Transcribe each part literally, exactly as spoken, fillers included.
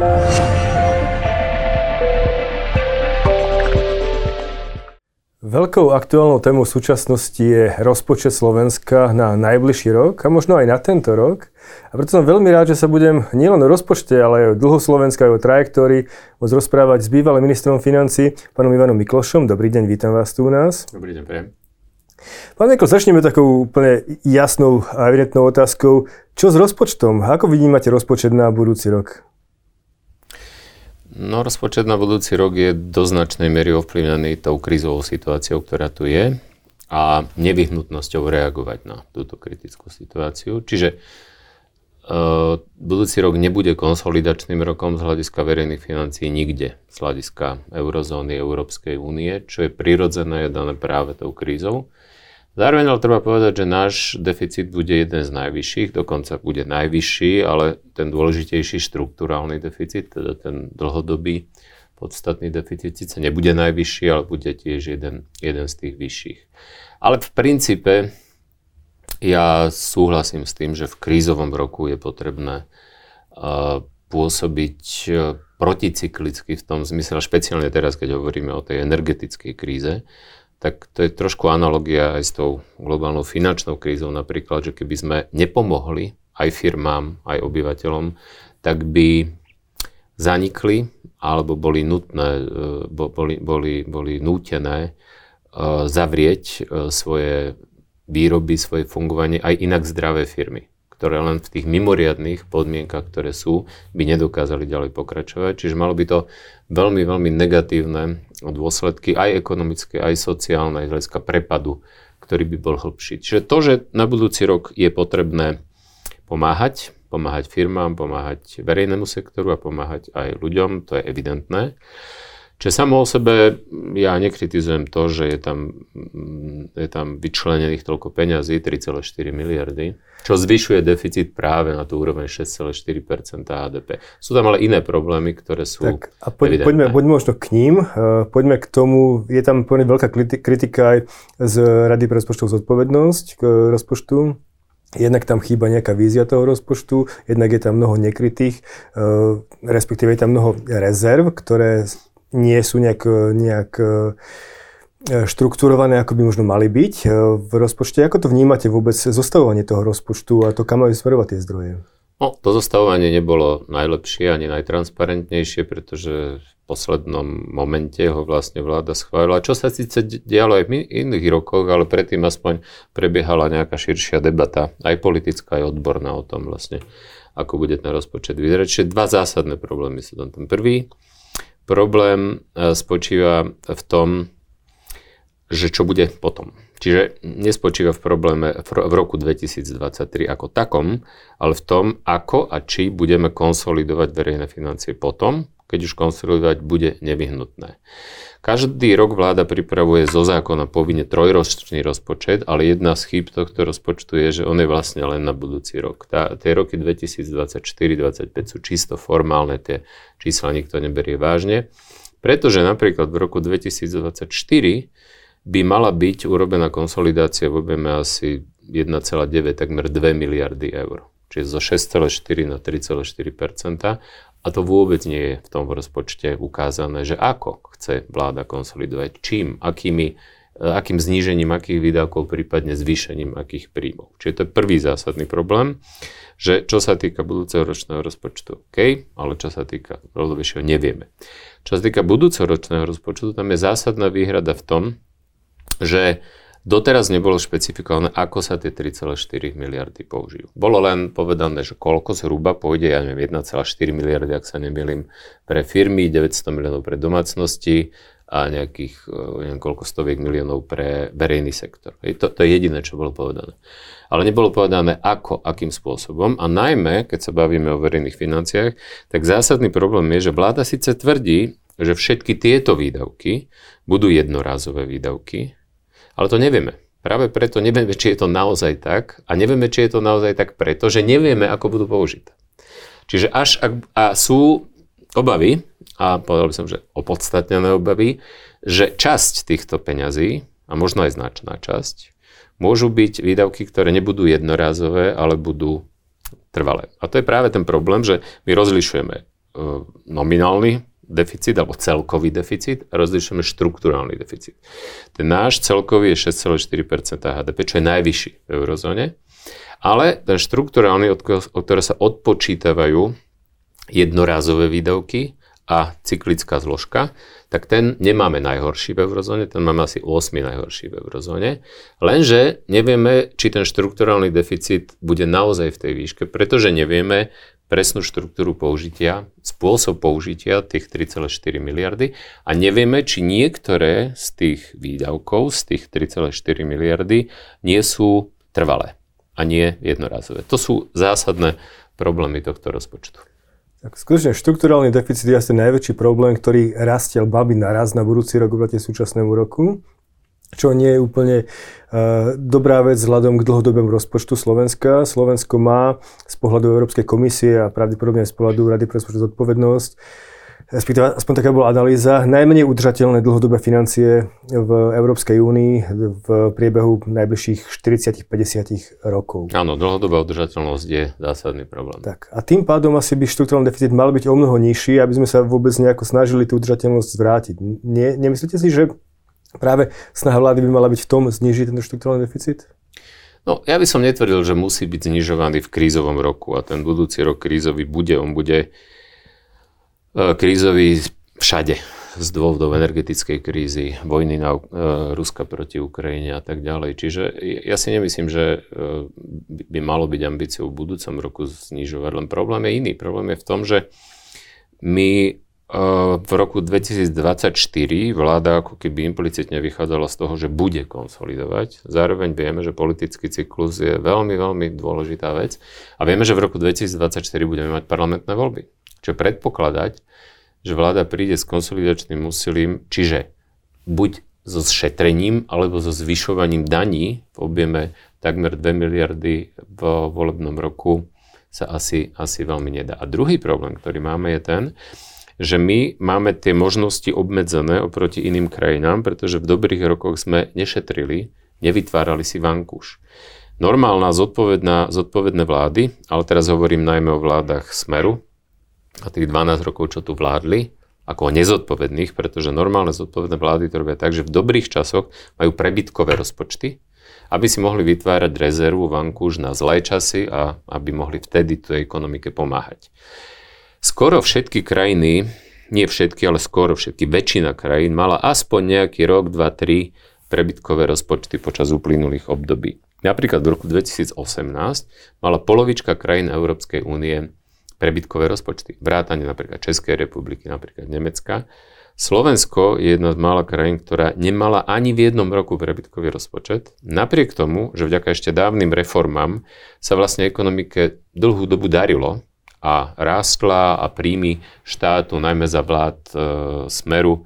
Veľkou aktuálnou témou v súčasnosti je rozpočet Slovenska na najbližší rok a možno aj na tento rok. A preto som veľmi rád, že sa budem nielen o rozpočte, ale aj o dlhu Slovenska, aj o trajektórii môcť rozprávať s bývalým ministrom financií, pánom Ivanom Miklošom. Dobrý deň, vítam vás tu u nás. Dobrý deň, prejem. Pán Mikloš, začneme takou úplne jasnou a evidentnou otázkou. Čo s rozpočtom? Ako vnímate rozpočet na budúci rok? No, rozpočet na budúci rok je do značnej miery ovplyvnený tou krízovou situáciou, ktorá tu je a nevyhnutnosťou reagovať na túto kritickú situáciu. Čiže uh, budúci rok nebude konsolidačným rokom z hľadiska verejných financií nikde, z hľadiska eurozóny, Európskej únie, čo je prirodzené, je dané práve tou krízou. Zároveň ale treba povedať, že náš deficit bude jeden z najvyšších, dokonca bude najvyšší, ale ten dôležitejší štruktúrálny deficit, teda ten dlhodobý podstatný deficit, síce nebude najvyšší, ale bude tiež jeden, jeden z tých vyšších. Ale v princípe ja súhlasím s tým, že v krízovom roku je potrebné uh, pôsobiť uh, proticyklicky v tom zmysle, špeciálne teraz, keď hovoríme o tej energetickej kríze, tak to je trošku analogia aj s tou globálnou finančnou krízou napríklad, že keby sme nepomohli aj firmám, aj obyvateľom, tak by zanikli alebo boli nutné, boli, boli, boli nútené zavrieť svoje výroby, svoje fungovanie aj inak zdravé firmy, ktoré len v tých mimoriadnych podmienkach, ktoré sú, by nedokázali ďalej pokračovať. Čiže malo by to veľmi, veľmi negatívne dôsledky aj ekonomické, aj sociálne, aj z hľadiska prepadu, ktorý by bol hlbší. Čiže to, že na budúci rok je potrebné pomáhať, pomáhať firmám, pomáhať verejnému sektoru a pomáhať aj ľuďom, to je evidentné. Čiže samo o sebe ja nekritizujem to, že je tam, je tam vyčlenených toľko peňazí, tri celé štyri miliardy, čo zvyšuje deficit práve na tú úroveň šesť celé štyri percenta há dé pé. Sú tam ale iné problémy, ktoré sú tak, a poď, poďme, poďme možno k ním. Poďme k tomu, je tam poďme veľká kritika aj z Rady pre rozpočtovú zodpovednosť k rozpočtu. Jednak tam chýba nejaká vízia toho rozpočtu, jednak je tam mnoho nekrytých, respektíve je tam mnoho rezerv, ktoré nie sú nejak, nejak štruktúrované, ako by možno mali byť v rozpočte. Ako to vnímate vôbec zostavovanie toho rozpočtu a to, kam majú smerovať tie zdroje? No, to zostavovanie nebolo najlepšie ani najtransparentnejšie, pretože v poslednom momente ho vlastne vláda schválila. Čo sa síce dialo aj v iných rokoch, ale predtým aspoň prebiehala nejaká širšia debata, aj politická, aj odborná o tom vlastne, ako bude ten rozpočet vyzerať. Čiže dva zásadné problémy sú tam. Ten prvý problém spočíva v tom, že čo bude potom. Čiže nespočíva v probléme v roku dvetisícdvadsaťtri ako takom, ale v tom, ako a či budeme konsolidovať verejné financie potom, keď už konsolidovať bude nevyhnutné. Každý rok vláda pripravuje zo zákona povinne trojročný rozpočet, ale jedna z chýb tohto rozpočtu je, že on je vlastne len na budúci rok. Tá, tie roky dvetisícdvadsaťštyri dvadsaťpäť sú čisto formálne, tie čísla nikto neberie vážne, pretože napríklad v roku dvetisícdvadsaťštyri by mala byť urobená konsolidácia v objeme asi jeden celá deväť, takmer dve miliardy eur. Čiže zo šesť celé štyri na tri celé štyri percenta. A to vôbec nie je v tom rozpočte ukázané, že ako chce vláda konsolidovať, čím, akými, akým znížením akých výdavkov, prípadne zvýšením akých príjmov. Čiže to je prvý zásadný problém, že čo sa týka budúceho ročného rozpočtu, OK, ale čo sa týka dlhodobejšieho, nevieme. Čo sa týka budúceho ročného rozpočtu, tam je zásadná výhrada v tom, že doteraz nebolo špecifikované, ako sa tie tri celé štyri miliardy použijú. Bolo len povedané, že koľko zhruba pôjde, ja neviem, jeden celá štyri miliardy, ak sa nemýlim, pre firmy, deväťsto miliónov pre domácnosti a nejakých, neviem, koľko stoviek miliónov pre verejný sektor. To, to je jediné, čo bolo povedané. Ale nebolo povedané, ako, akým spôsobom. A najmä, keď sa bavíme o verejných financiách, tak zásadný problém je, že vláda síce tvrdí, že všetky tieto výdavky budú jednorázové výdavky, ale to nevieme. Práve preto nevieme, či je to naozaj tak a nevieme, či je to naozaj tak preto, že nevieme, ako budú použité. Čiže až ak, a sú obavy, a povedal by som, že opodstatnené obavy, že časť týchto peňazí, a možno aj značná časť, môžu byť výdavky, ktoré nebudú jednorázové, ale budú trvalé. A to je práve ten problém, že my rozlišujeme nominálny deficit alebo celkový deficit a rozlišujeme štrukturálny deficit. Ten náš celkový je šesť celá štyri percenta há dé pé, čo je najvyšší v eurozóne, ale ten štrukturálny, od ktorého sa odpočítavajú jednorázové výdavky a cyklická zložka, tak ten nemáme najhorší v eurozóne, ten máme asi ôsmy najhorší v eurozóne, lenže nevieme, či ten štrukturálny deficit bude naozaj v tej výške, pretože nevieme presnú štruktúru použitia, spôsob použitia tých tri celé štyri miliardy a nevieme, či niektoré z tých výdavkov, z tých tri celé štyri miliardy nie sú trvalé a nie jednorázové. To sú zásadné problémy tohto rozpočtu. Tak skutočne štrukturálny deficit je asi najväčší problém, ktorý rastie alebo má byť naraz na budúci rok oproti súčasnému roku, čo nie je úplne uh, dobrá vec vzhľadom k dlhodobému rozpočtu Slovenska. Slovensko má z pohľadu Európskej komisie a pravdepodobne aj z pohľadu Rady pre rozpočtovú zodpovednosť, respektíve aspoň taká bola analýza, najmenej udržateľné dlhodobé financie v Európskej únii v priebehu najbližších štyridsať až päťdesiat rokov. Áno, dlhodobá udržateľnosť je zásadný problém. Tak, a tým pádom asi by štrukturálny deficit mal byť o mnoho nižší, aby sme sa vôbec nejako snažili tú udržateľnosť zvrátiť. Nie, nemyslíte si, že práve snaha vlády by mala byť v tom znížiť ten štrukturálny deficit? No, ja by som netvrdil, že musí byť znižovaný v krízovom roku a ten budúci rok krízový bude, on bude krízový všade z dôvodov energetickej krízy, vojny na, e, Ruska proti Ukrajine a tak ďalej. Čiže ja si nemyslím, že e, by malo byť ambíciou v budúcom roku znižovať. Len problém je iný. Problém je v tom, že my v roku dvetisícdvadsaťštyri vláda ako keby implicitne vychádzala z toho, že bude konsolidovať. Zároveň vieme, že politický cyklus je veľmi, veľmi dôležitá vec. A vieme, že v roku dvetisícdvadsaťštyri budeme mať parlamentné voľby. Čo predpokladať, že vláda príde s konsolidačným úsilím, čiže buď so šetrením, alebo so zvyšovaním daní v objeme takmer dve miliardy v volebnom roku sa asi, asi veľmi nedá. A druhý problém, ktorý máme, je ten, že my máme tie možnosti obmedzené oproti iným krajinám, pretože v dobrých rokoch sme nešetrili, nevytvárali si vankúš. Normálna, zodpovedná, zodpovedné vlády, ale teraz hovorím najmä o vládach Smeru a tých dvanásť rokov, čo tu vládli, ako o nezodpovedných, pretože normálne zodpovedné vlády to robia tak, že v dobrých časoch majú prebytkové rozpočty, aby si mohli vytvárať rezervu, vankúš na zlé časy a aby mohli vtedy tej ekonomike pomáhať. Skoro všetky krajiny, nie všetky, ale skoro všetky, väčšina krajín mala aspoň nejaký rok, dva, tri prebytkové rozpočty počas uplynulých období. Napríklad v roku dvetisícosemnásť mala polovička krajín Európskej únie prebytkové rozpočty. Vrátane napríklad Českej republiky, napríklad Nemecka. Slovensko je jedna z mála krajín, ktorá nemala ani v jednom roku prebytkový rozpočet. Napriek tomu, že vďaka ešte dávnym reformám sa vlastne ekonomike dlhú dobu darilo, a rástla a príjmy štátu, najmä za vlád e, Smeru, e,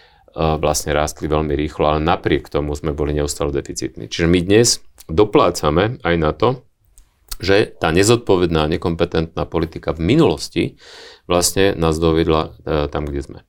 vlastne rástli veľmi rýchlo, ale napriek tomu sme boli neustále deficitní. Čiže my dnes doplácame aj na to, že tá nezodpovedná, nekompetentná politika v minulosti vlastne nás dovedla e, tam, kde sme.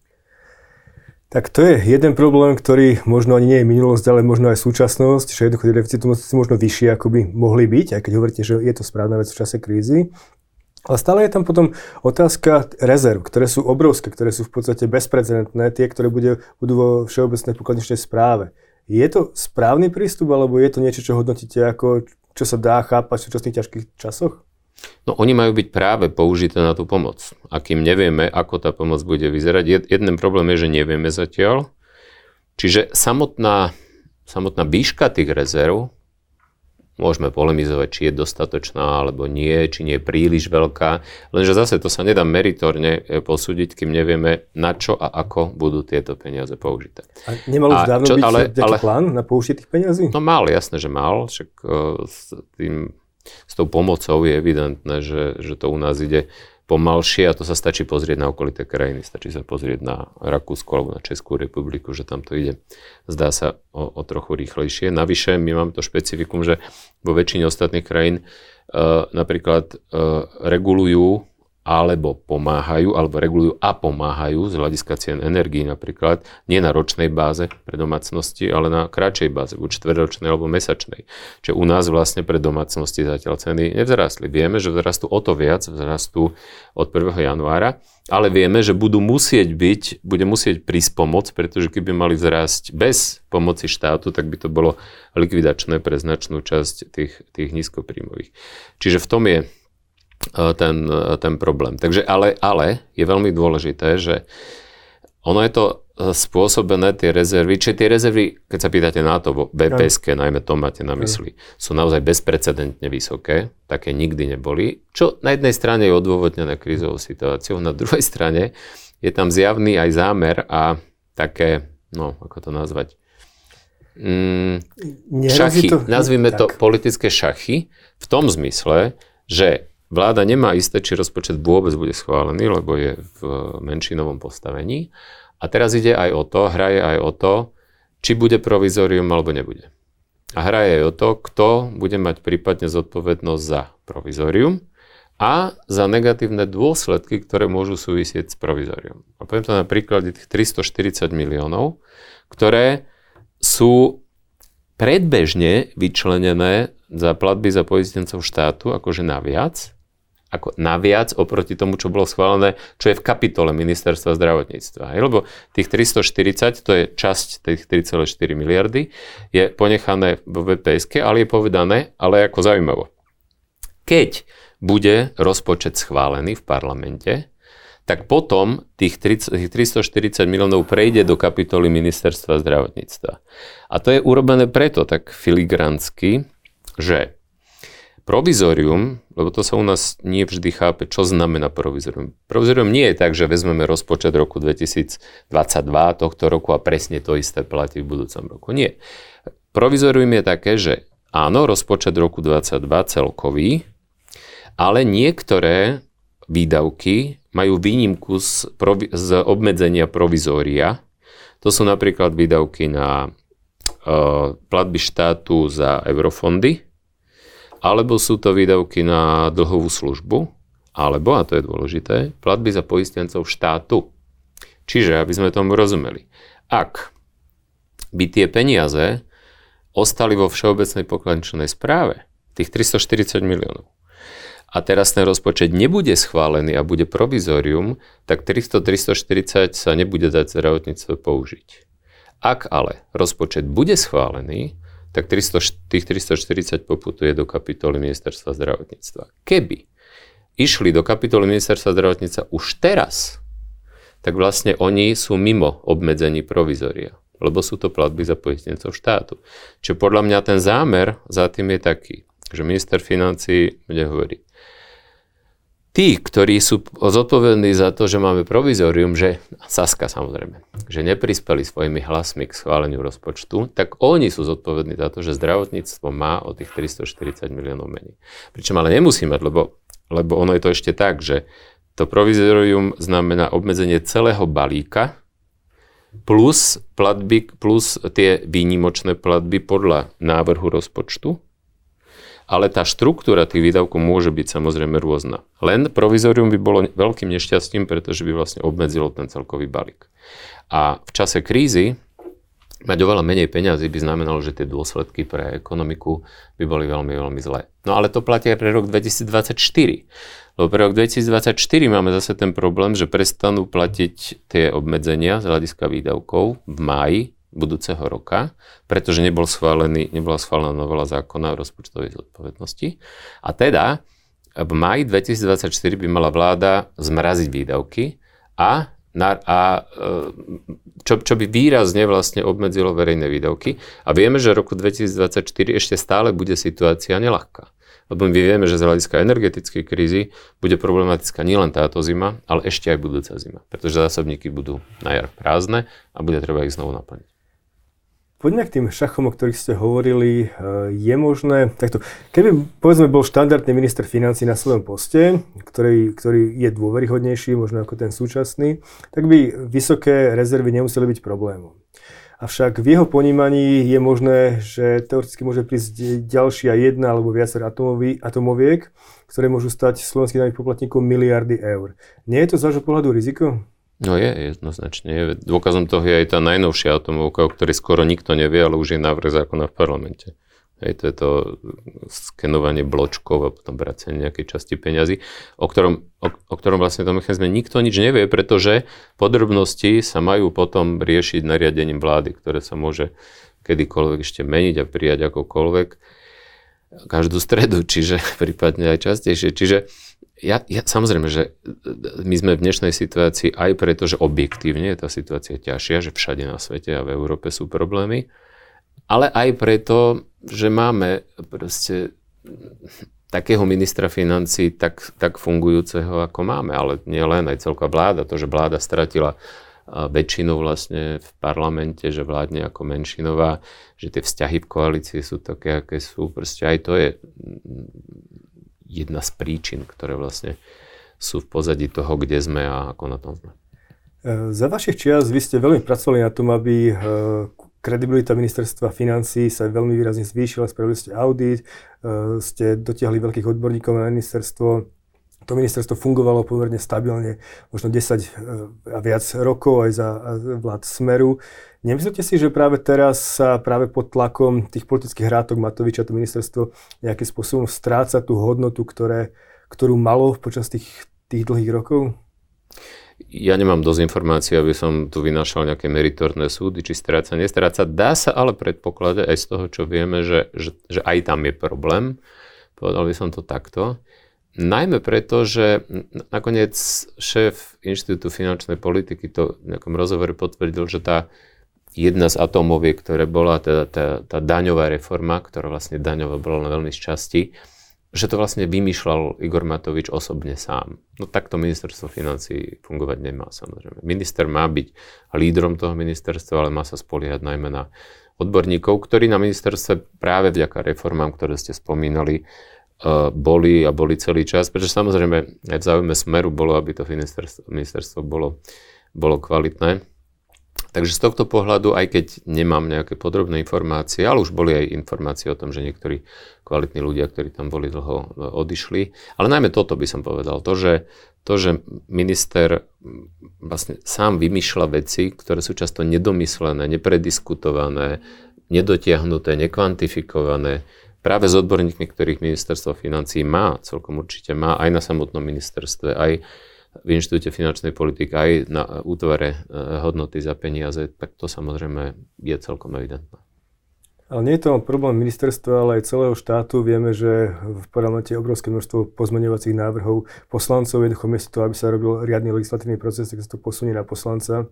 Tak to je jeden problém, ktorý možno ani nie je minulosť, ale možno aj súčasnosť, že jednoducho tie deficity možno vyššie, ako by mohli byť, aj keď hovoríte, že je to správna vec v čase krízy. Ale stále je tam potom otázka rezerv, ktoré sú obrovské, ktoré sú v podstate bezprecedentné, tie, ktoré bude, budú vo všeobecnej pokladničnej správe. Je to správny prístup, alebo je to niečo, čo hodnotíte ako, čo sa dá chápať v súčasných ťažkých časoch? No oni majú byť práve použité na tú pomoc. A kým nevieme, ako tá pomoc bude vyzerať, jeden problém je, že nevieme zatiaľ. Čiže samotná, samotná výška tých rezerv, môžeme polemizovať, či je dostatočná alebo nie, či nie je príliš veľká. Lenže zase to sa nedá meritorne posúdiť, kým nevieme, na čo a ako budú tieto peniaze použité. A nemal už a dávno čo, byť ale, ale, plán na použitie tých peniazí? No mal, jasné, že mal. Však uh, s, tým, s tou pomocou je evidentné, že, že to u nás ide pomalšie a to sa stačí pozrieť na okolité krajiny. Stačí sa pozrieť na Rakúsku alebo na Českú republiku, že tam to ide, zdá sa, o, o trochu rýchlejšie. Navyše, my máme to špecifikum, že vo väčšine ostatných krajín uh, napríklad uh, regulujú alebo pomáhajú, alebo regulujú a pomáhajú z hľadiska cien energií napríklad, nie na ročnej báze pre domácnosti, ale na kratšej báze, buď štvrťročnej alebo mesačnej. Čiže u nás vlastne pre domácnosti zatiaľ ceny nevzrastli. Vieme, že vzrastú o to viac, vzrastú od prvého januára, ale vieme, že budú musieť byť, bude musieť prísť pomoc, pretože keby mali vzrásť bez pomoci štátu, tak by to bolo likvidačné pre značnú časť tých, tých nízkopríjmových. Čiže v tom je ten, ten problém. Takže ale, ale je veľmi dôležité, že ono je to spôsobené, tie rezervy, čiže tie rezervy, keď sa pýtate na to, bé pé eske, najmä to máte na mysli, sú naozaj bezprecedentne vysoké, také nikdy neboli, čo na jednej strane je odôvodnené krízovou situáciou, na druhej strane je tam zjavný aj zámer a také, no, ako to nazvať, mm, šachy, to, nazvime tak. to politické šachy, v tom zmysle, že vláda nemá isté, či rozpočet vôbec bude schválený, lebo je v menšinovom postavení. A teraz ide aj o to, hraje aj o to, či bude provizorium alebo nebude. A hraje aj o to, kto bude mať prípadne zodpovednosť za provizorium a za negatívne dôsledky, ktoré môžu súvisieť s provizorium. A poviem to na príklade tých tristoštyridsať miliónov, ktoré sú predbežne vyčlenené za platby za poistencov štátu akože naviac, ako naviac oproti tomu, čo bolo schválené, čo je v kapitole Ministerstva zdravotníctva. Hej, lebo tých tristoštyridsať, to je časť tých tri celé štyri miliardy, je ponechané vo vé pé eske, ale je povedané, ale ako zaujímavo. Keď bude rozpočet schválený v parlamente, tak potom tých tristoštyridsať miliónov prejde do kapitoly Ministerstva zdravotníctva. A to je urobené preto tak filigransky, že provizorium, lebo to sa u nás nie vždy chápe, čo znamená provizorium. Provizorium nie je tak, že vezmeme rozpočet roku dvetisícdvadsaťdva tohto roku a presne to isté platí v budúcom roku. Nie. Provizorium je také, že áno, rozpočet roku dvadsaťdva celkový, ale niektoré výdavky majú výnimku z, provi- z obmedzenia provizória. To sú napríklad výdavky na uh, platby štátu za eurofondy, alebo sú to výdavky na dlhovú službu, alebo, a to je dôležité, platby za poistencov štátu. Čiže, aby sme tomu rozumeli, ak by tie peniaze ostali vo všeobecnej pokladničnej správe, tých tristoštyridsať miliónov, a teraz ten rozpočet nebude schválený a bude provizorium, tak tristo tristoštyridsať sa nebude dať zdravotníctvo použiť. Ak ale rozpočet bude schválený, tak tristo, tých tristoštyridsať poputuje do kapitoly Ministerstva zdravotníctva. Keby išli do kapitoly Ministerstva zdravotníctva už teraz, tak vlastne oni sú mimo obmedzení provizoria, lebo sú to platby za poistencov štátu. Čiže podľa mňa ten zámer za tým je taký, že minister financií bude hovoriť, tí, ktorí sú zodpovední za to, že máme provizorium, že Saska samozrejme, že neprispeli svojimi hlasmi k schváleniu rozpočtu, tak oni sú zodpovední za to, že zdravotníctvo má o tých tristoštyridsať miliónov menej. Pričom ale nemusí mať, lebo, lebo ono je to ešte tak, že to provizorium znamená obmedzenie celého balíka plus platby, plus tie výnimočné platby podľa návrhu rozpočtu. Ale tá štruktúra tých výdavkov môže byť samozrejme rôzna. Len provizorium by bolo veľkým nešťastím, pretože by vlastne obmedzilo ten celkový balík. A v čase krízy mať oveľa menej peňazí by znamenalo, že tie dôsledky pre ekonomiku by boli veľmi, veľmi zlé. No ale to platí aj pre rok dvetisícdvadsaťštyri. Lebo pre rok dvetisícdvadsaťštyri máme zase ten problém, že prestanú platiť tie obmedzenia z hľadiska výdavkov v máji budúceho roka, pretože nebol schválený, nebola schválená novela zákona o rozpočtovej zodpovednosti. A teda v máji dvetisícdvadsaťštyri by mala vláda zmraziť výdavky a, na, a čo, čo by výrazne vlastne obmedzilo verejné výdavky. A vieme, že v roku dvetisícdvadsaťštyri ešte stále bude situácia neľahká. Lebo my vieme, že z hľadiska energetickej krízy bude problematická nielen táto zima, ale ešte aj budúca zima. Pretože zásobníky budú na jar prázdne a bude treba ich znovu naplniť. Poďme k tým šachom, o ktorých ste hovorili. Je možné, takto, keby povedzme bol štandardný minister financií na svojom poste, ktorý, ktorý je dôveryhodnejší možno ako ten súčasný, tak by vysoké rezervy nemuseli byť problémom. Avšak v jeho ponímaní je možné, že teoreticky môže prísť ďalšia jedna alebo viacer atomoviek, ktoré môžu stať slovenským daňovým poplatníkom miliardy eur. Nie je to z vášho pohľadu riziko? No je, jednoznačne. Dôkazom toho je aj tá najnovšia atomovka, o ktorej skoro nikto nevie, ale už je návrh zákona v parlamente. Hej, to je to skenovanie bločkov a potom vracanie nejakej časti peňazí, o ktorom, o, o ktorom vlastne tom mechanizme nikto nič nevie, pretože podrobnosti sa majú potom riešiť nariadením vlády, ktoré sa môže kedykoľvek ešte meniť a prijať akokoľvek každú stredu, čiže prípadne aj častejšie. Čiže ja, ja samozrejme, že my sme v dnešnej situácii aj preto, že objektívne je tá situácia ťažšia, že všade na svete a v Európe sú problémy, ale aj preto, že máme proste takého ministra financií tak, tak fungujúceho, ako máme, ale nie len aj celká vláda, to, že vláda stratila väčšinu vlastne v parlamente, že vládne ako menšinová, že tie vzťahy v koalícii sú také, aké sú, proste aj to je jedna z príčin, ktoré vlastne sú v pozadí toho, kde sme a ako na tom sme. Za vašich čias vy ste veľmi pracovali na tom, aby kredibilita ministerstva financií sa veľmi výrazne zvýšila, spravili ste audit, ste dotiahli veľkých odborníkov na ministerstvo. To ministerstvo fungovalo pomerne stabilne, možno desať a viac rokov aj za vlád Smeru. Nemyslíte si, že práve teraz sa práve pod tlakom tých politických hrátok Matoviča to ministerstvo nejakým spôsobom stráca tú hodnotu, ktoré, ktorú malo počas tých, tých dlhých rokov? Ja nemám dosť informácií, aby som tu vynášal nejaké meritorné súdy, či stráca, nestráca. Dá sa ale predpokladať aj z toho, čo vieme, že, že, že aj tam je problém. Povedal by som to takto. Najmä preto, že nakoniec šéf Inštitútu finančnej politiky to v nejakom rozhovore potvrdil, že tá jedna z atomoviek, ktoré bola teda tá, tá daňová reforma, ktorá vlastne daňová bola len veľmi z časti, že to vlastne vymýšľal Igor Matovič osobne sám. No takto ministerstvo financií fungovať nemá, samozrejme. Minister má byť lídrom toho ministerstva, ale má sa spoliehať najmä na odborníkov, ktorí na ministerstve práve vďaka reformám, ktoré ste spomínali, boli a boli celý čas, pretože samozrejme aj v záujme Smeru bolo, aby to ministerstvo, ministerstvo bolo, bolo kvalitné. Takže z tohto pohľadu, aj keď nemám nejaké podrobné informácie, ale už boli aj informácie o tom, že niektorí kvalitní ľudia, ktorí tam boli dlho, odišli. Ale najmä toto by som povedal, to, že, to, že minister vlastne sám vymýšľa veci, ktoré sú často nedomyslené, neprediskutované, nedotiahnuté, nekvantifikované, práve s odborníkmi, ktorých ministerstvo financií má, celkom určite má, aj na samotnom ministerstve, aj v Inštitúte finančnej politiky, aj na útvare hodnoty za peniaze, tak to samozrejme je celkom evidentné. Ale nie je to problém ministerstva, ale aj celého štátu. Vieme, že v parlamente je obrovské množstvo pozmeňovacích návrhov poslancov. Jednoducho miesto toho, aby sa robil riadny legislatívny proces, tak sa to posunie na poslanca.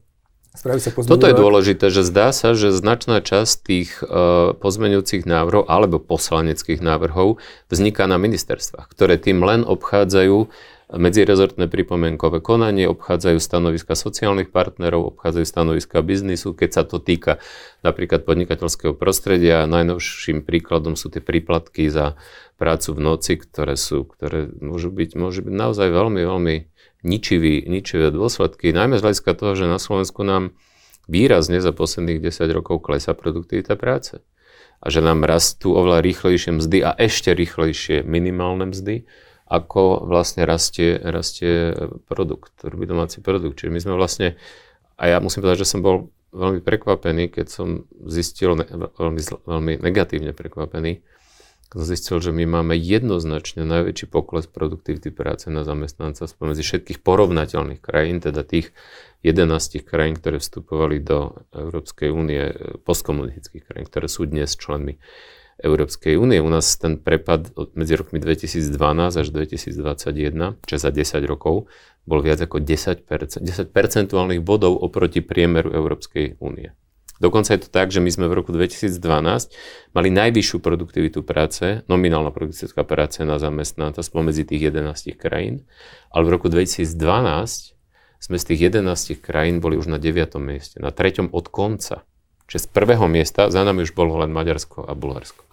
Toto je dôležité, že zdá sa, že značná časť tých uh, pozmeňujúcich návrhov alebo poslaneckých návrhov vzniká na ministerstvách, ktoré tým len obchádzajú medzirezortné pripomienkové konanie, obchádzajú stanoviska sociálnych partnerov, obchádzajú stanoviska biznisu, keď sa to týka napríklad podnikateľského prostredia. Najnovším príkladom sú tie príplatky za prácu v noci, ktoré sú, ktoré môžu byť, môžu byť naozaj veľmi, veľmi ničivý, ničivé dôsledky, najmä z hľadiska toho, že na Slovensku nám výrazne za posledných desať rokov klesá produktivita práce. A že nám rastú oveľa rýchlejšie mzdy a ešte rýchlejšie minimálne mzdy, ako vlastne rastie, rastie produkt, hrubý domáci produkt. Čiže my sme vlastne, a ja musím povedať, že som bol veľmi prekvapený, keď som zistil, veľmi, veľmi negatívne prekvapený, zistil, že my máme jednoznačne najväčší pokles produktivity práce na zamestnanca spomedzi všetkých porovnateľných krajín, teda tých jedenástich krajín, ktoré vstupovali do Európskej únie, postkomunistických krajín, ktoré sú dnes členmi Európskej únie. U nás ten prepad medzi rokmi dvetisícdvanásť až dvetisícdvadsaťjeden, čo za desať rokov, bol viac ako desať percent, desať percentuálnych bodov oproti priemeru Európskej únie. Dokonca je to tak, že my sme v roku dvetisícdvanásť mali najvyššiu produktivitu práce, nominálna produktivita práce na zamestnanca spomedzi tých jedenástich krajín, ale v roku dvetisícdvanásť sme z tých jedenástich krajín boli už na deviatom mieste, na treťom od konca. Čiže z prvého miesta za nami už bolo len Maďarsko a Bulharsko.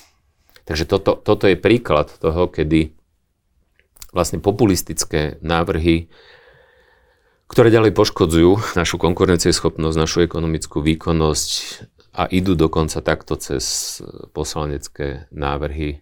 Takže toto, toto je príklad toho, kedy vlastne populistické návrhy, ktoré ďalej poškodzujú našu konkurencieschopnosť, našu ekonomickú výkonnosť a idú dokonca takto cez poslanecké návrhy,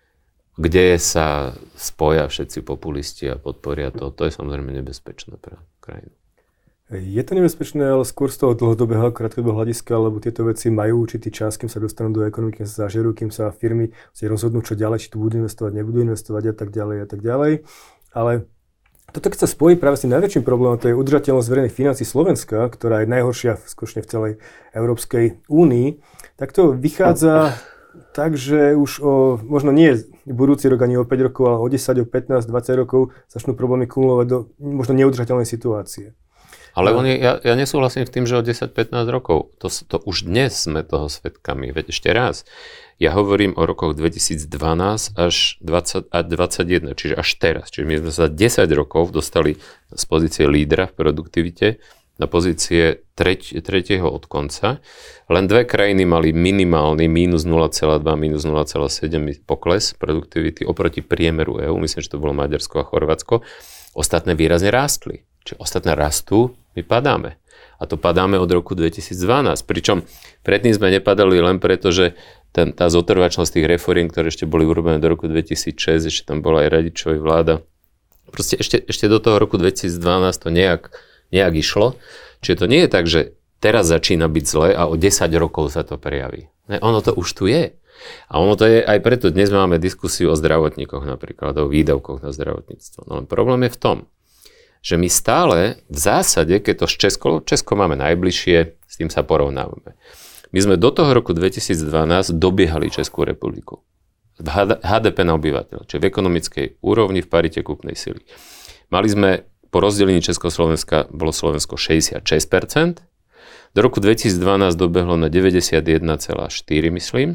kde sa spoja všetci populisti a podporia to. To je samozrejme nebezpečné pre krajinu. Je to nebezpečné, ale skôr z toho dlhodobého, krátkodobého hľadiska, lebo tieto veci majú určitý čas, kým sa dostanú do ekonomiky, kým sa zažerú, kým sa firmy si rozhodnú, čo ďalej, či tu budú investovať, nebudú investovať a tak ďalej a tak ďalej. Ale toto, keď sa spojí práve s tým najväčším problémom, to je udržateľnosť verejných financií Slovenska, ktorá je najhoršia skutočne v celej Európskej únii, tak to vychádza tak, že už o, možno nie budúci rok ani o päť rokov, ale o desať, o pätnásť, dvadsať rokov začnú problémy kumulovať do možno neudržateľnej situácie. Ale oni, ja, ja nesúhlasím s tým, že o desať pätnásť rokov. To, to už dnes sme toho svedkami. Veď ešte raz, ja hovorím o rokoch dvetisícdvanásť až dvadsať a dvadsaťjeden, čiže až teraz. Čiže my sme za desať rokov dostali z pozície lídra v produktivite na pozície treť, tretieho od konca. Len dve krajiny mali minimálny mínus nula celá dva, mínus nula celá sedem pokles produktivity oproti priemeru é ú. Myslím, že to bolo Maďarsko a Chorvátsko. Ostatné výrazne rástli. Čiže ostatné rastú, my padáme. A to padáme od roku dvetisícdvanásť. Pričom predtým sme nepadali len preto, že ten, tá zotrvačnosť tých reforiem, ktoré ešte boli urobené do roku dvetisícšesť, ešte tam bola aj Radičová vláda. Proste ešte, ešte do toho roku dvetisícdvanásť to nejak, nejak išlo. Čiže to nie je tak, že teraz začína byť zle a o desať rokov sa to prejaví. Ne, ono to už tu je. A ono to je aj preto, dnes máme diskusiu o zdravotníkoch napríklad, o výdavkoch na zdravotníctvo. No len problém je v tom, že my stále v zásade, keď to s Česko, Česko máme najbližšie, s tým sa porovnávame. My sme do toho roku dvetisícdvanásť dobiehali Českú republiku. V há dé pé na obyvateľa, čiže v ekonomickej úrovni v parite kúpnej sily. Mali sme po rozdelení Československa, bolo Slovensko šesťdesiatšesť percent, do roku dvetisícdvanásť dobehlo na deväťdesiatjeden celá štyri, myslím,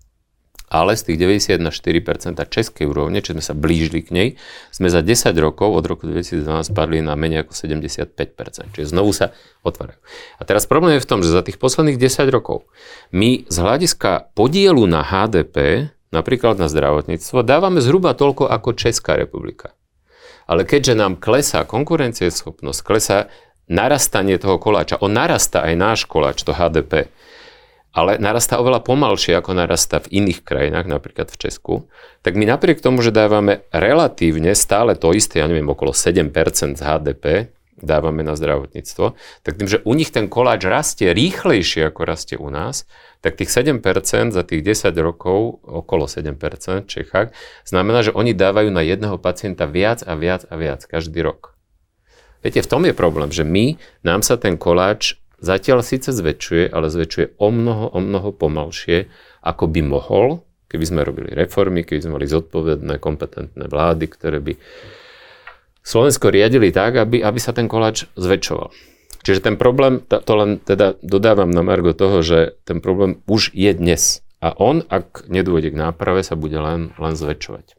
ale z tých deväťdesiatjeden celá štyri percent českej úrovne, čiže sme sa blížili k nej, sme za desať rokov od roku dvetisícdvanásť padli na menej ako sedemdesiatpäť percent. Čiže znovu sa otvárajú. A teraz problém je v tom, že za tých posledných desať rokov my z hľadiska podielu na há dé pé, napríklad na zdravotníctvo, dávame zhruba toľko ako Česká republika. Ale keďže nám klesá konkurencieschopnosť, klesá narastanie toho koláča, on narastá aj náš koláč, to há dé pé, ale narastá oveľa pomalšie, ako narastá v iných krajinách, napríklad v Česku, tak my napriek tomu, že dávame relatívne stále to isté, ja neviem, okolo sedem percent z há dé pé dávame na zdravotníctvo, tak tým, že u nich ten koláč rastie rýchlejšie, ako rastie u nás, tak tých sedem percent za tých desať rokov, okolo sedem percent v Čechách, znamená, že oni dávajú na jedného pacienta viac a viac a viac každý rok. Viete, v tom je problém, že my, nám sa ten koláč zatiaľ síce zväčšuje, ale zväčšuje o mnoho, o mnoho pomalšie, ako by mohol, keby sme robili reformy, keby sme mali zodpovedné, kompetentné vlády, ktoré by Slovensko riadili tak, aby, aby sa ten koláč zväčšoval. Čiže ten problém, to len teda dodávam na margo toho, že ten problém už je dnes. A on, ak nedôjde k náprave, sa bude len, len zväčšovať.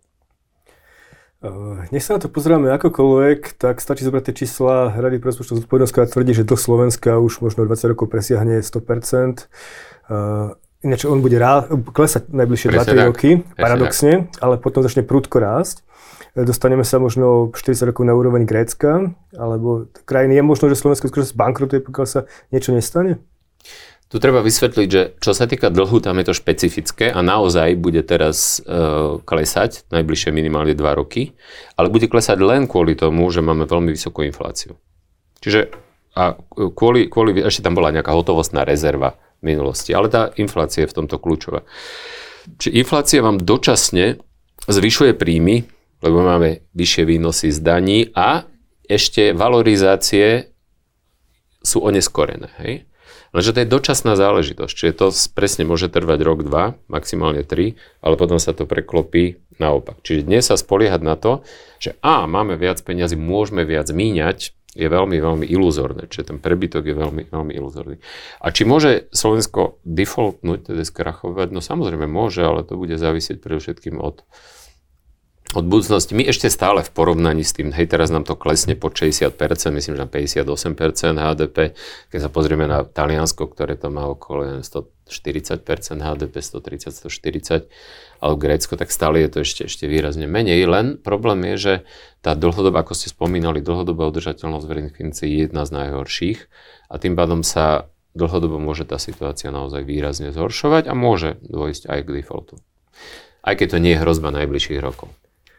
Nech sa na to pozeráme akokoľvek, tak stačí zobrať tie čísla Rady pre rozpočtovú zodpovednosť, ktorá tvrdí, že dlh Slovenska už možno dvadsať rokov presiahne sto percent. Uh, ináč on bude rá, klesať najbližšie dva tri roky, paradoxne, tak. Ale potom začne prudko rásť. Dostaneme sa možno štyridsať rokov na úroveň Grécka, alebo krajiny. Je možno, že Slovensko skôr zbankrotuje, pokiaľ sa niečo nestane? Tu treba vysvetliť, že čo sa týka dlhu, tam je to špecifické a naozaj bude teraz e, klesať najbližšie minimálne dva roky, ale bude klesať len kvôli tomu, že máme veľmi vysokú infláciu. Čiže a kvôli, kvôli, ešte tam bola nejaká hotovostná rezerva v minulosti, ale tá inflácia je v tomto kľúčová. Čiže inflácia vám dočasne zvyšuje príjmy, lebo máme vyššie výnosy z daní a ešte valorizácie sú oneskorené, hej? Lenže to je dočasná záležitosť, čiže to presne môže trvať rok, dva, maximálne tri, ale potom sa to preklopí naopak. Čiže dnes sa spoliehať na to, že á, máme viac peniazy, môžeme viac míňať, je veľmi, veľmi iluzórne. Čiže ten prebytok je veľmi, veľmi iluzórny. A či môže Slovensko defaultnúť, teda skrachovať? No samozrejme môže, ale to bude závisieť predovšetkým od, od budúcnosti. My ešte stále v porovnaní s tým, hej, teraz nám to klesne po šesťdesiat percent, myslím, že na päťdesiatosem percent há dé pé. Keď sa pozrieme na Taliansko, ktoré to má okolo stoštyridsať percent há dé pé, stotridsať, stoštyridsať, alebo Grécko, tak stále je to ešte, ešte výrazne menej. Len problém je, že tá dlhodobá, ako ste spomínali, dlhodobá udržateľnosť verejných financií je jedna z najhorších a tým pádom sa dlhodobo môže tá situácia naozaj výrazne zhoršovať a môže dôjsť aj k defaultu. Aj keď to nie je hrozba najbližších rokov.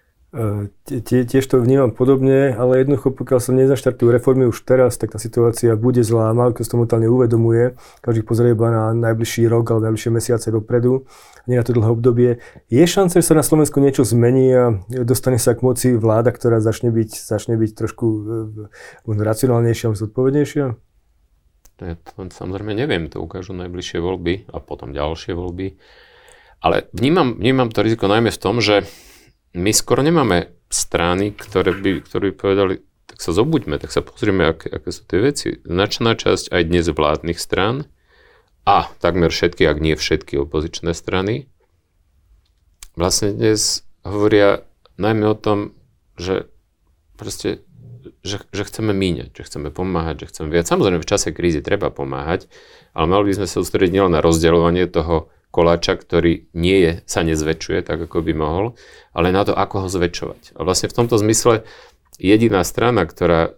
Tiež to vnímam podobne, ale jednoducho, pokiaľ sa nezaštartujú reformy už teraz, tak tá situácia bude zlá. Málo kto si to momentálne uvedomuje. Každý pozrie iba na najbližší rok alebo najbližšie mesiace dopredu, nie na to dlhé obdobie. Je šanca, že sa na Slovensku niečo zmení a dostane sa k moci vláda, ktorá začne byť, začne byť trošku racionálnejšia a zodpovednejšia? Ja to samozrejme neviem, to ukážu najbližšie voľby a potom ďalšie voľby. Ale vnímam, vnímam to riziko najmä v tom, že my skoro nemáme strany, ktoré by, ktoré by povedali, tak sa zobuďme, tak sa pozrieme, aké, aké sú tie veci. Značná časť aj dnes vládnych strán a takmer všetky, ak nie všetky opozičné strany, vlastne dnes hovoria najmä o tom, že proste, že, že chceme míňať, že chceme pomáhať, že chceme viac. Samozrejme, v čase krízy treba pomáhať, ale mali by sme sa sústrediť nielen na rozdeľovanie toho koláča, ktorý nie je, sa nezväčšuje tak, ako by mohol, ale na to, ako ho zväčšovať. A vlastne v tomto zmysle jediná strana, ktorá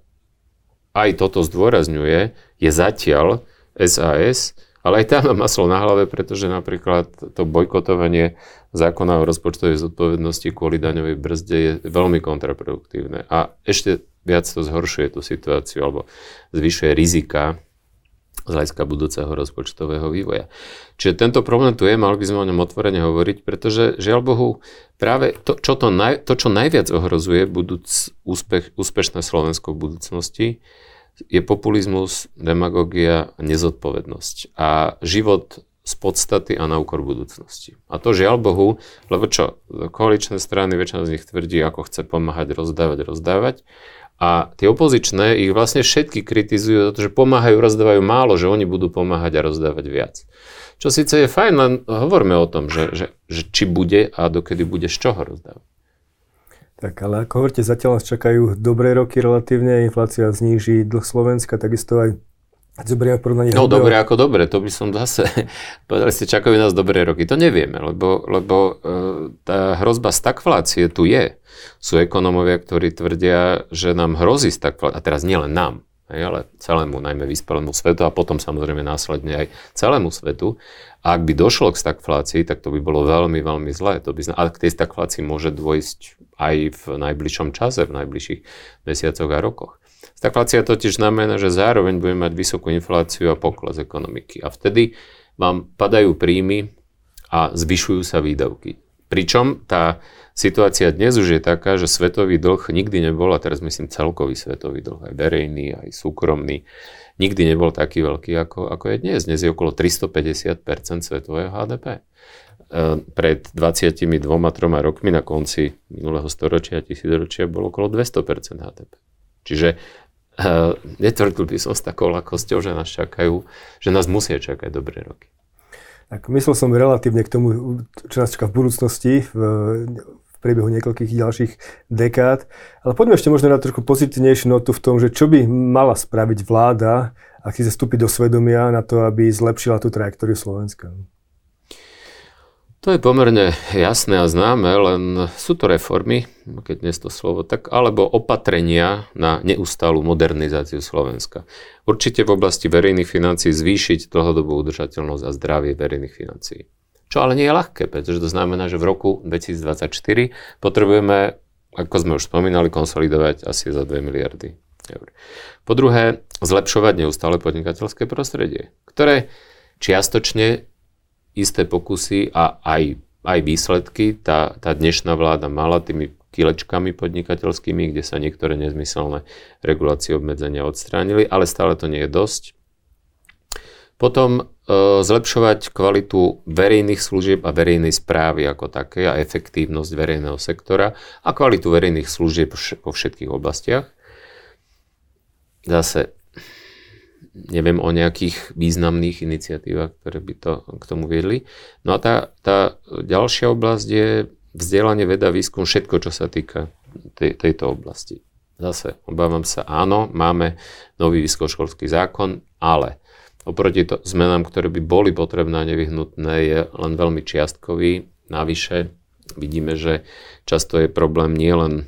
aj toto zdôrazňuje, je zatiaľ es a es, ale aj tá má maslo na hlave, pretože napríklad to bojkotovanie zákona o rozpočtovej zodpovednosti kvôli daňovej brzde je veľmi kontraproduktívne. A ešte viac to zhoršuje tú situáciu, alebo zvyšuje rizika z hľadiska budúceho rozpočtového vývoja. Čiže tento problém tu je, mali by sme o ňom otvorene hovoriť, pretože žiaľ Bohu, práve to, čo, to, naj, to, čo najviac ohrozuje budúc, úspech, úspešné Slovensko v budúcnosti, je populizmus, demagógia a nezodpovednosť. A život z podstaty a na úkor budúcnosti. A to žiaľ Bohu, lebo čo, koaličné strany, väčšina z nich tvrdí, ako chce pomáhať, rozdávať, rozdávať. A tie opozičné ich vlastne všetky kritizujú za to, že pomáhajú, rozdávajú málo, že oni budú pomáhať a rozdávať viac. Čo síce je fajn, len hovoríme o tom, že, že, že či bude a dokedy bude z čoho rozdávať. Tak ale ako hovoríte, zatiaľ nás čakajú dobré roky relatívne, inflácia zníži dlh Slovenska, takisto aj zoberieme porovnanie. No dobre ako dobre, to by som zase, povedali ste, čakajú nás dobré roky, to nevieme, lebo, lebo e, tá hrozba stagflácie tu je. Sú ekonómovia, ktorí tvrdia, že nám hrozí stagflácia, a teraz nielen nám, hej, ale celému, najmä vyspelému svetu a potom samozrejme následne aj celému svetu. A ak by došlo k stagflácii, tak to by bolo veľmi, veľmi zlé. To by zna- a k tej stagflácii môže dôjsť aj v najbližšom čase, v najbližších mesiacoch a rokoch. Stagflácia totiž znamená, že zároveň budeme mať vysokú infláciu a pokles ekonomiky. A vtedy vám padajú príjmy a zvyšujú sa výdavky. Pričom tá situácia dnes už je taká, že svetový dlh nikdy nebol, a teraz myslím celkový svetový dlh, aj verejný, aj súkromný, nikdy nebol taký veľký, ako, ako je dnes. Dnes je okolo tristopäťdesiat percent svetového há dé pé. E, pred dvadsiatimi dvoma tri rokmi na konci minulého storočia, tisícročia, bolo okolo dvesto percent há dé pé. Čiže e, netvrdil by som s takou ľahkosťou, že nás čakajú, že nás musia čakať dobré roky. Tak myslel som relatívne k tomu, čo nás čaká v budúcnosti, v, v priebehu niekoľkých ďalších dekád. Ale poďme ešte možno na trošku pozitívnejšiu notu v tom, že čo by mala spraviť vláda, ak chce vstúpiť do svedomia na to, aby zlepšila tú trajektóriu Slovenska. To je pomerne jasné a známe, len sú to reformy, keď dnes to slovo, tak, alebo opatrenia na neustálú modernizáciu Slovenska. Určite v oblasti verejných financií zvýšiť dlhodobú udržateľnosť a zdravie verejných financií. Čo ale nie je ľahké, pretože to znamená, že v roku dvetisícdvadsaťštyri potrebujeme, ako sme už spomínali, konsolidovať asi za dve miliardy eur. Po druhé, zlepšovať neustále podnikateľské prostredie, ktoré čiastočne isté pokusy a aj, aj výsledky tá, tá dnešná vláda mala tými kilečkami podnikateľskými, kde sa niektoré nezmyselné regulácie obmedzenia odstránili, ale stále to nie je dosť. Potom e, zlepšovať kvalitu verejných služieb a verejnej správy ako také a efektívnosť verejného sektora a kvalitu verejných služieb vo všetkých oblastiach. Zase neviem o nejakých významných iniciatívach, ktoré by to k tomu viedli. No a tá, tá ďalšia oblasť je vzdelanie, veda, výskum, všetko, čo sa týka tej, tejto oblasti. Zase, obávam sa, áno, máme nový vysokoškolský zákon, ale oproti to, zmenám, ktoré by boli potrebné a nevyhnutné, je len veľmi čiastkový. Navyše vidíme, že často je problém nielen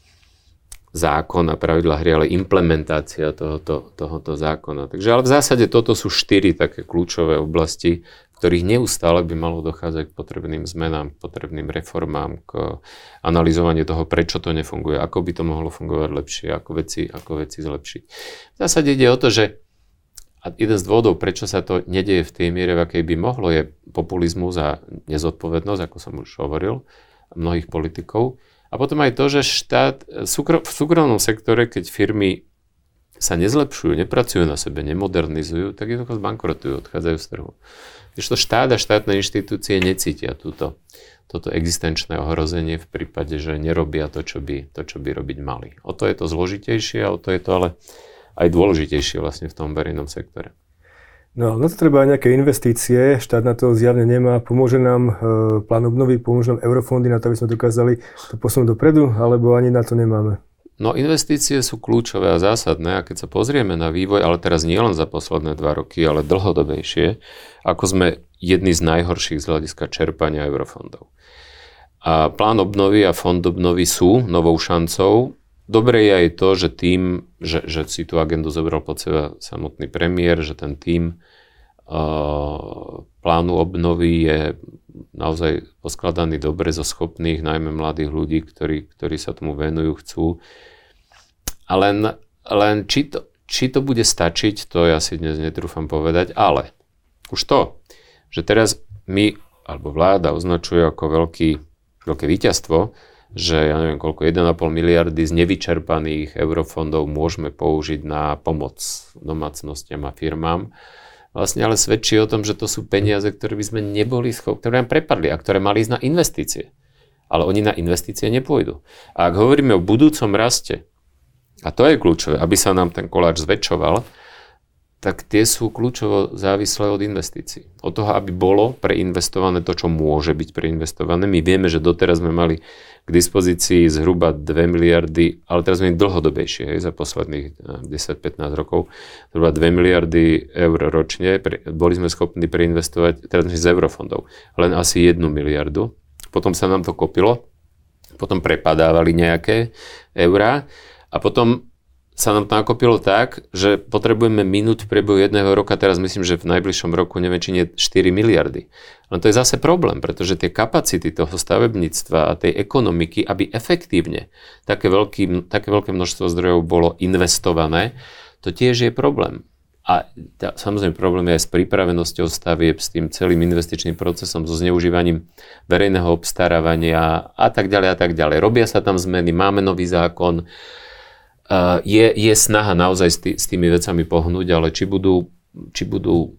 zákon a pravidlá hry, ale implementácia tohoto, tohoto zákona. Takže ale v zásade toto sú štyri také kľúčové oblasti, v ktorých neustále by malo dochádzať k potrebným zmenám, k potrebným reformám, k analyzovaniu toho, prečo to nefunguje, ako by to mohlo fungovať lepšie, ako veci, ako veci zlepšiť. V zásade ide o to, že a jeden z dôvodov, prečo sa to nedieje v tej miere, v akej by mohlo, je populizmus a nezodpovednosť, ako som už hovoril, mnohých politikov. A potom aj to, že štát v súkromnom sektore, keď firmy sa nezlepšujú, nepracujú na sebe, nemodernizujú, tak jednoducho zbankrotujú, odchádzajú z trhu. Keďže to štát a štátne inštitúcie necítia túto, toto existenčné ohrozenie v prípade, že nerobia to, čo by, to, čo by robiť mali. O to je to zložitejšie a o to je to ale aj dôležitejšie vlastne v tom verejnom sektore. No, na to treba aj nejaké investície, štát na to zjavne nemá. Pomôže nám e, plán obnovy, pomôžu nám eurofondy na to, aby sme dokázali to posunúť dopredu, alebo ani na to nemáme? No, investície sú kľúčové a zásadné a keď sa pozrieme na vývoj, ale teraz nie len za posledné dva roky, ale dlhodobejšie, ako sme jedni z najhorších z hľadiska čerpania eurofondov. A plán obnovy a fond obnovy sú novou šancou. Dobre je aj to, že tým, že, že si tú agendu zobral pod seba samotný premiér, že ten tým uh, plánu obnovy je naozaj poskladaný dobre zo schopných, najmä mladých ľudí, ktorí, ktorí sa tomu venujú, chcú. A len, len či, to, či to bude stačiť, to ja si dnes netrúfam povedať, ale už to, že teraz my, alebo vláda označuje ako veľký, veľké víťazstvo, že ja neviem koľko, jeden a pol miliardy z nevyčerpaných eurofondov môžeme použiť na pomoc domácnostiam a firmám. Vlastne ale svedčí o tom, že to sú peniaze, ktoré by sme neboli schopní, ktoré nám prepadli a ktoré mali ísť na investície. Ale oni na investície nepôjdu. A ak hovoríme o budúcom raste, a to je kľúčové, aby sa nám ten koláč zväčšoval, tak tie sú kľúčovo závislé od investícií. Od toho, aby bolo preinvestované to, čo môže byť preinvestované. My vieme, že doteraz sme mali k dispozícii zhruba dve miliardy, ale teraz sme dlhodobejšie, hej, za posledných desať pätnásť rokov, zhruba dve miliardy eur ročne. Pre, boli sme schopní preinvestovať, teraz z eurofondov, len asi jednu miliardu. Potom sa nám to kopilo, potom prepadávali nejaké eurá a potom sa nám to nakopilo tak, že potrebujeme minúť v priebehu jedného roka, teraz myslím, že v najbližšom roku neviem, či nie štyri miliardy. Ale to je zase problém, pretože tie kapacity toho stavebníctva a tej ekonomiky, aby efektívne také, veľký, také veľké množstvo zdrojov bolo investované, to tiež je problém. A tá, samozrejme problém je aj s pripravenosťou stavieb, s tým celým investičným procesom, so zneužívaním verejného obstarávania a tak ďalej a tak ďalej. Robia sa tam zmeny, máme nový zákon, Uh, je, je snaha naozaj s, tý, s tými vecami pohnúť, ale či budú, či budú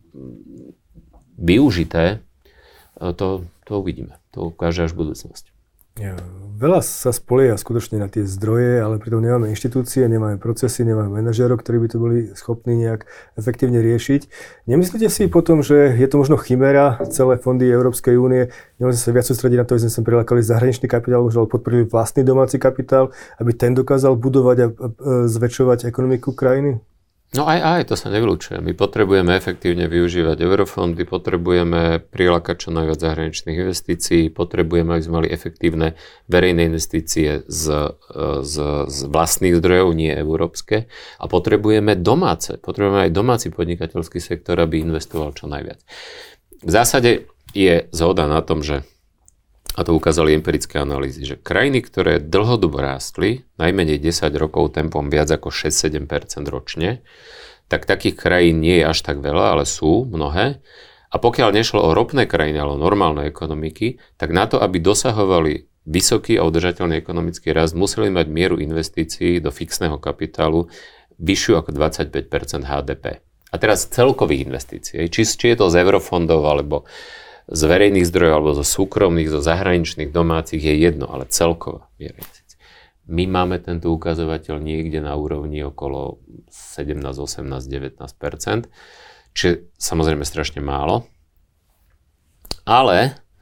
využité, uh, to, to uvidíme. To ukáže až budúcnosť. Ja, veľa sa spolieha skutočne na tie zdroje, ale pritom nemáme inštitúcie, nemáme procesy, nemáme manažérov, ktorí by to boli schopní nejak efektívne riešiť. Nemyslíte si potom, že je to možno chimera, celé fondy Európskej únie, nemôžeme sa viac sústrediť na to, že sme sem prilákali zahraničný kapitál, možno podporili vlastný domáci kapitál, aby ten dokázal budovať a zväčšovať ekonomiku krajiny? No aj, aj, to sa nevylučuje. My potrebujeme efektívne využívať eurofondy, potrebujeme prilákať čo najviac zahraničných investícií, potrebujeme, aby sme mali efektívne verejné investície z, z, z vlastných zdrojov, nie európske. A potrebujeme domáce, potrebujeme aj domáci podnikateľský sektor, aby investoval čo najviac. V zásade je zhoda na tom, že a to ukázali empirické analýzy, že krajiny, ktoré dlhodobo rástli, najmenej desať rokov tempom viac ako šesť až sedem percent ročne, tak takých krajín nie je až tak veľa, ale sú mnohé. A pokiaľ nešlo o ropné krajiny, ale o normálne ekonomiky, tak na to, aby dosahovali vysoký a udržateľný ekonomický rast, museli mať mieru investícií do fixného kapitálu vyššiu ako dvadsaťpäť percent há dé pé. A teraz celkových investícií, či, či je to z eurofondov, alebo z verejných zdrojov, alebo zo súkromných, zo zahraničných, domácich, je jedno, ale celková miera investícií. My máme tento ukazovateľ niekde na úrovni okolo sedemnásť, osemnásť, devätnásť percent, čiže samozrejme strašne málo. Ale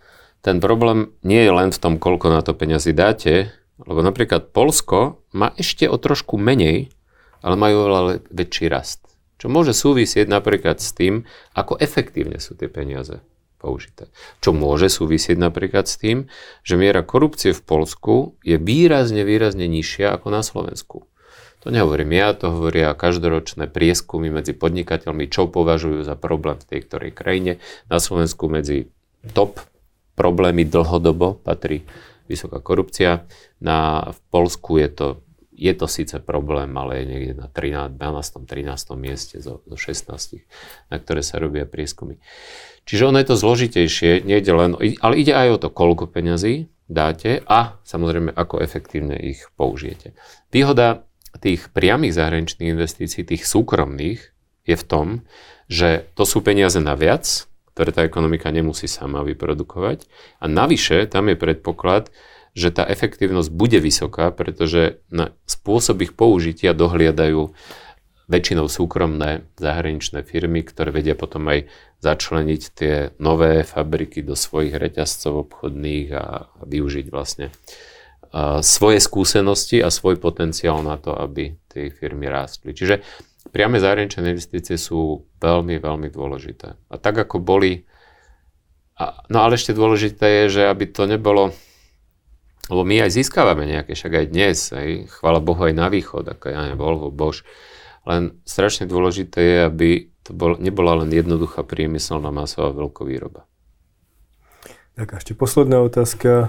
ten problém nie je len v tom, koľko na to peňazí dáte, lebo napríklad Poľsko má ešte o trošku menej, ale majú oveľa väčší rast. Čo môže súvisieť napríklad s tým, ako efektívne sú tie peniaze použité. Čo môže súvisieť napríklad s tým, že miera korupcie v Poľsku je výrazne, výrazne nižšia ako na Slovensku. To nehovorím ja, to hovoria každoročné prieskumy medzi podnikateľmi, čo považujú za problém v tej ktorej krajine. Na Slovensku medzi top problémy dlhodobo patrí vysoká korupcia. Na, v Poľsku je to, je to síce problém, ale je niekde na dvanástom trinástom mieste zo, zo šestnástich, na ktoré sa robia prieskumy. Čiže ono je to zložitejšie, nejde len, ale ide aj o to, koľko peňazí dáte a samozrejme, ako efektívne ich použijete. Výhoda tých priamych zahraničných investícií, tých súkromných, je v tom, že to sú peniaze naviac, ktoré tá ekonomika nemusí sama vyprodukovať. A navyše tam je predpoklad, že tá efektívnosť bude vysoká, pretože na spôsob ich použitia dohliadajú väčšinou súkromné zahraničné firmy, ktoré vedia potom aj začleniť tie nové fabriky do svojich reťazcov obchodných a využiť vlastne svoje skúsenosti a svoj potenciál na to, aby tie firmy rástli. Čiže priame zahraničné investície sú veľmi, veľmi dôležité. A tak ako boli, a, no ale ešte dôležité je, že aby to nebolo, lebo my aj získavame nejaké, však aj dnes, aj, chvála Bohu aj na východ, ako ja neviem, Volvo, Bosch, len strašne dôležité je, aby to bol, nebola len jednoduchá priemyselná masová veľkovýroba. Tak a ešte posledná otázka.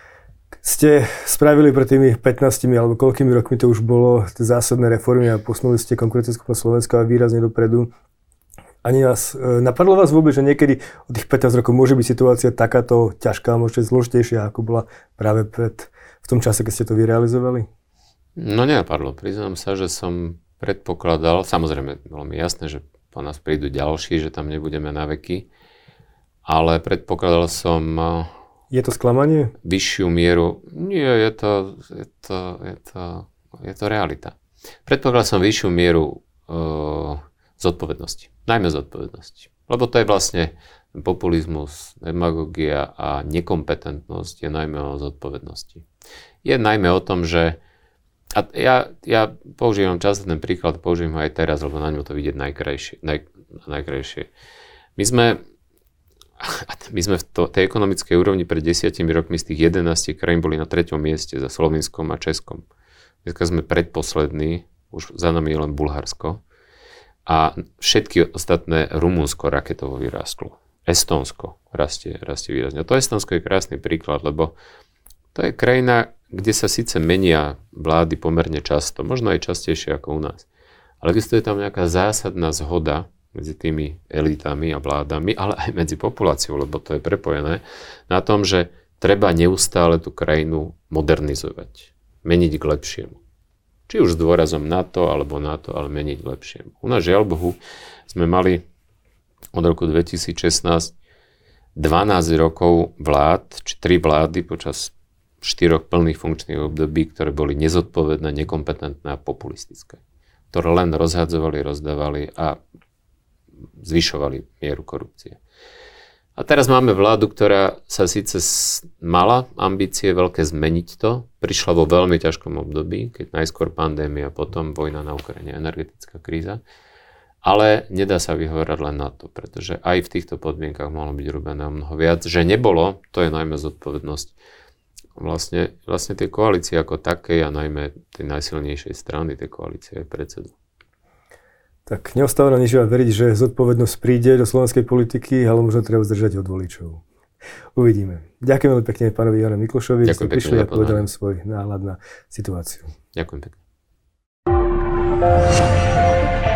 Ste spravili pred tými pätnástimi alebo koľkými rokmi to už bolo zásadné reformy a posunuli ste konkurencieschopnosť Slovenska výrazne dopredu. Ani vás, napadlo vás vôbec, že niekedy od tých pätnásť rokov môže byť situácia takáto ťažká, možno zložitejšia, ako bola práve pred, v tom čase, keď ste to vyrealizovali? No nenapadlo. Priznám sa, že som predpokladal, samozrejme bolo mi jasné, že po nás prídu ďalší, že tam nebudeme na veky, ale predpokladal som Je to sklamanie? Vyššiu mieru. Nie, je to, je to, je to, je to realita. Predpokladal som vyššiu mieru uh, zodpovednosti. Najmä zodpovednosti. Lebo to je vlastne populizmus, demagogia a nekompetentnosť je najmä o zodpovednosti. Je najmä o tom, že a ja, ja používam často ten príklad, použijem ho aj teraz, lebo na ňu to vidieť najkrajšie. Naj, najkrajšie. My sme My sme v to, tej ekonomickej úrovni pred desiatimi rokmi z tých jedenástich krajín boli na treťom mieste za Slovinskom a Českom. Dneska sme predposlední, už za nami je len Bulharsko. A všetky ostatné, Rumunsko raketovo vyrástlo. Estónsko rastie, rastie výrazne. A to Estónsko je krásny príklad, lebo to je krajina, kde sa síce menia vlády pomerne často, možno aj častejšie ako u nás. Ale existuje tam nejaká zásadná zhoda medzi tými elitami a vládami, ale aj medzi populáciou, lebo to je prepojené, na tom, že treba neustále tú krajinu modernizovať, meniť k lepšiemu. Či už s dôrazom na to, alebo na to, ale meniť k lepšiemu. U nás, žiaľ Bohu, sme mali od roku dvetisícšestnásť dvanásť rokov vlád, či tri vlády počas štyroch plných funkčných období, ktoré boli nezodpovedné, nekompetentné a populistické. Ktoré len rozhadzovali, rozdávali a zvyšovali mieru korupcie. A teraz máme vládu, ktorá sa síce mala ambície veľké zmeniť to, prišla vo veľmi ťažkom období, keď najskôr pandémia, potom vojna na Ukrajine, energetická kríza, ale nedá sa vyhovárať len na to, pretože aj v týchto podmienkach mohlo byť robené o mnoho viac, že nebolo, to je najmä zodpovednosť vlastne, vlastne tej koalície ako takej a najmä tej najsilnejšej strany tej koalície aj predsedu. Tak neostáva nám nič veriť, že zodpovednosť príde do slovenskej politiky, ale možno treba zdržať od voličov. Uvidíme. Ďakujem veľmi pekne pánovi Jánovi Miklošovi, že ste prišli a povedali svoj náhľad na situáciu. Ďakujem pekne.